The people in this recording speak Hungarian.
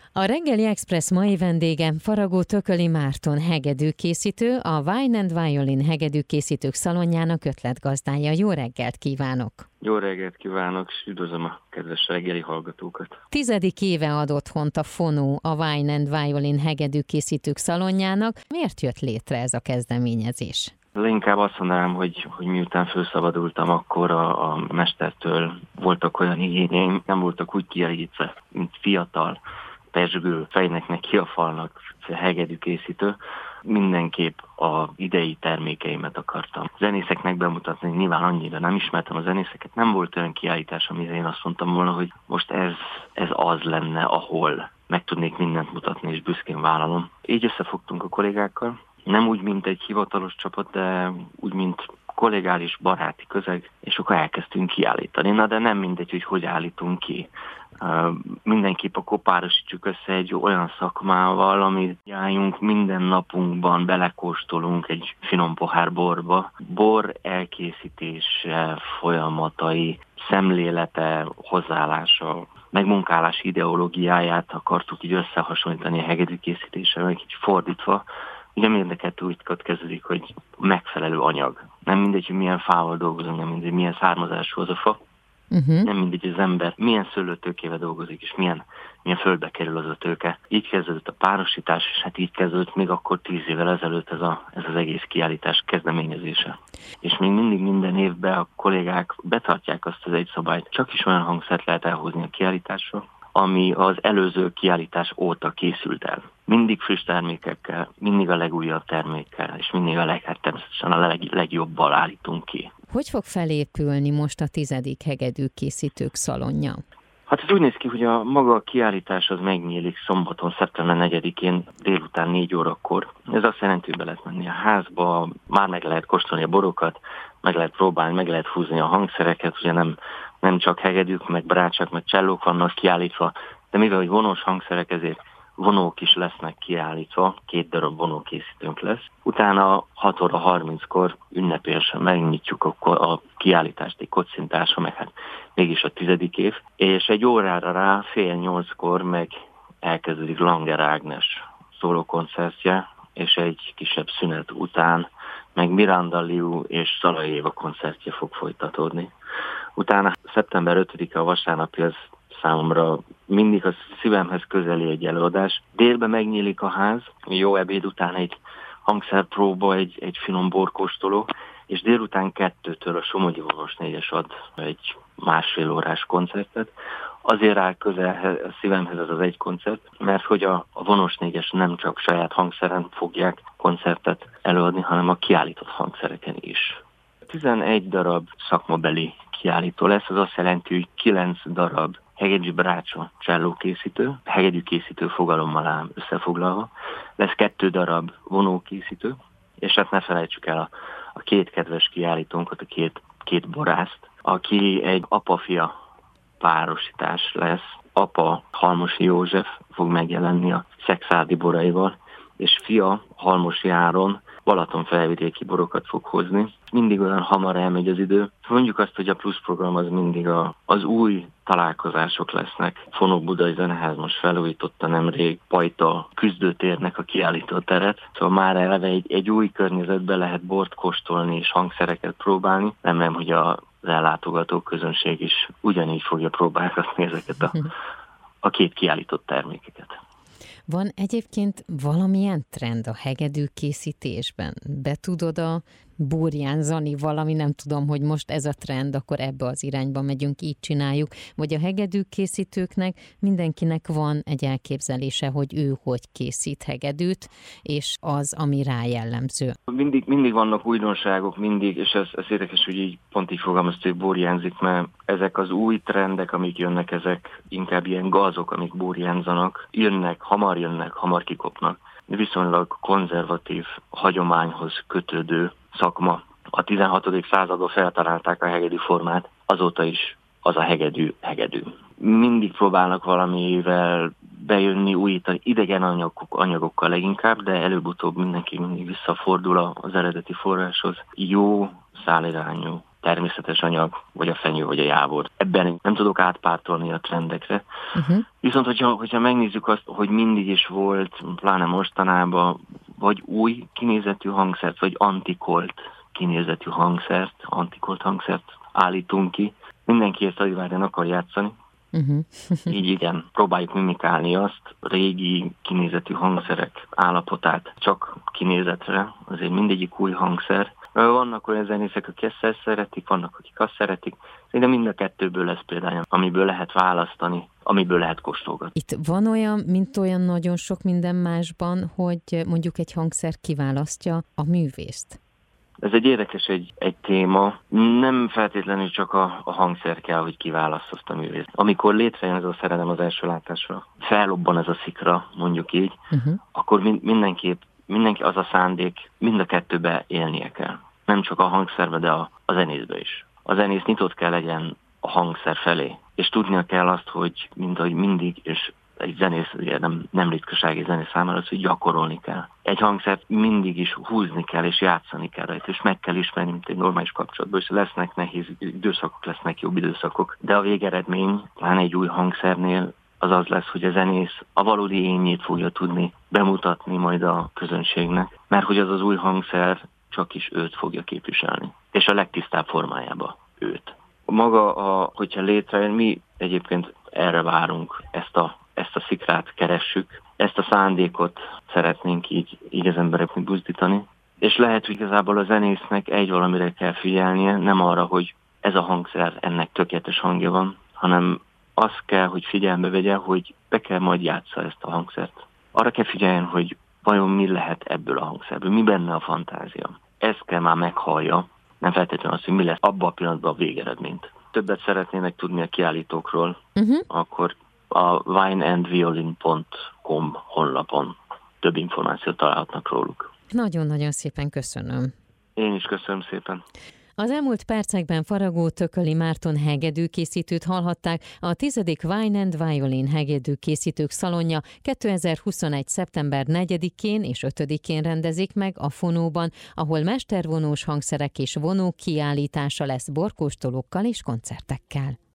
A Reggeli Express mai vendége Faragó Tököli Márton hegedűkészítő, a Wine and Violin hegedűkészítők szalonjának ötletgazdája. Jó reggelt kívánok! Jó reggelt kívánok, és üdvözlöm a kedves reggeli hallgatókat! 10. éve ad otthont a Fonó a Wine and Violin hegedűkészítők szalonjának. Miért jött létre ez a kezdeményezés? Inkább azt mondanám, hogy miután felszabadultam, akkor a mestertől voltak olyan igényeim, nem voltak úgy kielégítve, mint fiatal, pezsgő fejnek neki a falnak hegedűkészítő. Mindenképp az idei termékeimet akartam zenészeknek bemutatni, nyilván annyira nem ismertem a zenészeket, nem volt olyan kiállítás, amire én azt mondtam volna, hogy most ez az lenne, ahol meg tudnék mindent mutatni, és büszkén vállalom. Így összefogtunk a kollégákkal, nem úgy, mint egy hivatalos csapat, de úgy, mint kollégális, baráti közeg, és akkor elkezdtünk kiállítani. Na, de nem mindegy, hogy állítunk ki. Mindenképp akkor párosítsuk össze egy olyan szakmával, amit jájunk minden napunkban, belekóstolunk egy finom pohár borba. Bor elkészítése, folyamatai, szemlélete, hozzáállása, megmunkálási ideológiáját akartuk így összehasonlítani a hegedűkészítéssel, meg így fordítva. Ugye érdekelt úgy kezdődik, hogy megfelelő anyag. Nem mindegy, hogy milyen fával dolgozunk, nem mindegy, milyen származású az a fa. Nem mindegy, hogy az ember milyen szőlőtőkével dolgozik, és milyen földbe kerül az a tőke. Így kezdődött a párosítás, és hát így kezdődött még akkor 10 évvel ezelőtt ez az egész kiállítás kezdeményezése. És még mindig minden évben a kollégák betartják azt az egy szabályt, csak is olyan hangszert lehet elhozni a kiállításra, ami az előző kiállítás óta készült el. Mindig friss termékekkel, mindig a legújabb termékkel, és mindig természetesen a legjobbal állítunk ki. Hogy fog felépülni most a 10. hegedűkészítők szalonja? Hát ez úgy néz ki, hogy maga a kiállítás az megnyílik szombaton, szeptember 4-én délután 4 órakor. Ez azt jelenti, hogy be lehet menni a házba, már meg lehet kóstolni a borokat, meg lehet próbálni, meg lehet húzni a hangszereket, ugye nem csak hegedűk, meg brácsak, meg csellók vannak kiállítva, de mivel hogy vonós hangszerek, ezért vonók is lesznek kiállítva, 2 darab vonókészítőnk lesz. Utána 6 óra 30-kor ünnepélyesen megnyitjuk a kiállítást egy kocintásra, meg hát mégis a 10. év, és egy órára rá, 7:30-kor meg elkezdődik Langer Ágnes szólókoncertje, és egy kisebb szünet után meg Miranda Liu és Szalai Éva koncertje fog folytatódni. Utána szeptember 5-e a vasárnapi, az számomra mindig a szívemhez közeli egy előadás. Délben megnyílik a ház, jó ebéd után egy hangszerpróba, egy finom borkóstoló, és délután 2-től a Somogyi Vonós 4-es ad egy 1,5 órás koncertet. Azért áll közel a szívemhez ez az egy koncert, mert hogy a Vonós 4-es nem csak saját hangszeren fogják koncertet előadni, hanem a kiállított hangszereken is. 11 darab szakmabeli kiállító lesz, az azt jelenti, hogy 9 darab hegedű brácsa csellókészítő, hegedűkészítő fogalommal ám összefoglalva, lesz 2 darab vonókészítő, és hát ne felejtsük el a 2 kedves kiállítónkat, a két borászt, aki egy apa-fia párosítás lesz. Apa Halmosi József fog megjelenni a szexárdi boraival, és fia Halmosi Áron balatonfelvidéki borokat fog hozni. Mindig olyan hamar elmegy az idő. Mondjuk azt, hogy a plusz program az mindig az új találkozások lesznek. Fonó Budai Zeneház most felújította nemrég Pajta küzdőtérnek a kiállító teret. Szóval már eleve egy új környezetben lehet bort kóstolni és hangszereket próbálni. Remélem, hogy az ellátogató közönség is ugyanígy fogja próbálgatni ezeket a 2 kiállított termékeket. Van egyébként valamilyen trend a hegedűkészítésben? Be tudod burjánzani valami, nem tudom, hogy most ez a trend, akkor ebbe az irányba megyünk, így csináljuk, vagy a hegedűkészítőknek mindenkinek van egy elképzelése, hogy ő hogy készít hegedűt, és az, ami rá jellemző. Mindig vannak újdonságok, mindig, és ez érdekes, hogy így pont így fogalmazta, hogy burjánzik, mert ezek az új trendek, amik jönnek, ezek inkább ilyen gazok, amik burjánzanak, hamar kikopnak. Viszonylag konzervatív, hagyományhoz kötődő szakma. A 16. században feltalálták a hegedű formát, azóta is az a hegedű. Mindig próbálnak valamivel bejönni, újítani, idegen anyagokkal leginkább, de előbb-utóbb mindenki mindig visszafordul az eredeti forráshoz. Jó szálirányú természetes anyag, vagy a fenyő, vagy a jávor. Ebben nem tudok átpártolni a trendekre. Viszont, hogyha megnézzük azt, hogy mindig is volt, pláne mostanában, vagy új kinézetű hangszert, vagy antikolt kinézetű hangszert, antikolt hangszert állítunk ki, mindenki ezt Adivárján akar játszani. Így igen, próbáljuk mimikálni azt, régi kinézetű hangszerek állapotát csak kinézetre, azért mindegyik új hangszer. Vannak olyan zenészek, akik ezt szeretik, vannak, akik azt szeretik. Szerintem mind a kettőből lesz például, amiből lehet választani, amiből lehet kóstolgatni. Itt van olyan, mint olyan nagyon sok minden másban, hogy mondjuk egy hangszer kiválasztja a művészt. Ez egy érdekes egy téma. Nem feltétlenül csak a hangszer kell, hogy kiválassza azt a művészt. Amikor létrejön ez a szerelem az első látásra, fellobban ez a szikra, mondjuk így, akkor mindenki az a szándék mind a kettőbe élnie kell. Nem csak a hangszerbe, de a zenészbe is. A zenész nyitott kell legyen a hangszer felé, és tudnia kell azt, hogy mint ahogy mindig, és egy zenész, ugye nem ritkaság egy zenész számára az, hogy gyakorolni kell. Egy hangszert mindig is húzni kell, és játszani kell rajta, és meg kell ismerni, mint egy normális kapcsolatban, és lesznek nehéz időszakok, lesznek jobb időszakok, de a végeredmény, pláne egy új hangszernél, az lesz, hogy a zenész a valódi énjét fogja tudni bemutatni majd a közönségnek, mert hogy az új hangszer csak is őt fogja képviselni, és a legtisztább formájába őt. Maga, hogyha létrejön, mi egyébként erre várunk, ezt a szikrát keressük, ezt a szándékot szeretnénk így az embereknek buzdítani, és lehet, hogy igazából a zenésznek egy valamire kell figyelnie, nem arra, hogy ez a hangszer, ennek tökéletes hangja van, hanem azt kell, hogy figyelme vegye, hogy be kell majd játssza ezt a hangszert. Arra kell figyeljen, hogy vajon mi lehet ebből a hangszerből, mi benne a fantázia. Ezt kell már meghallja, nem feltétlenül az, hogy mi lesz abban a pillanatban a végeredményt. Többet szeretnének tudni a kiállítókról, akkor a wineandviolin.com honlapon több információt találhatnak róluk. Nagyon-nagyon szépen köszönöm. Én is köszönöm szépen. Az elmúlt percekben Faragó Tököli Márton hegedűkészítőt hallhatták. A 10. Wine and Violin hegedűkészítők szalonja 2021. szeptember 4-én és 5-én rendezik meg a Fonóban, ahol mestervonós hangszerek és vonók kiállítása lesz borkóstolókkal és koncertekkel.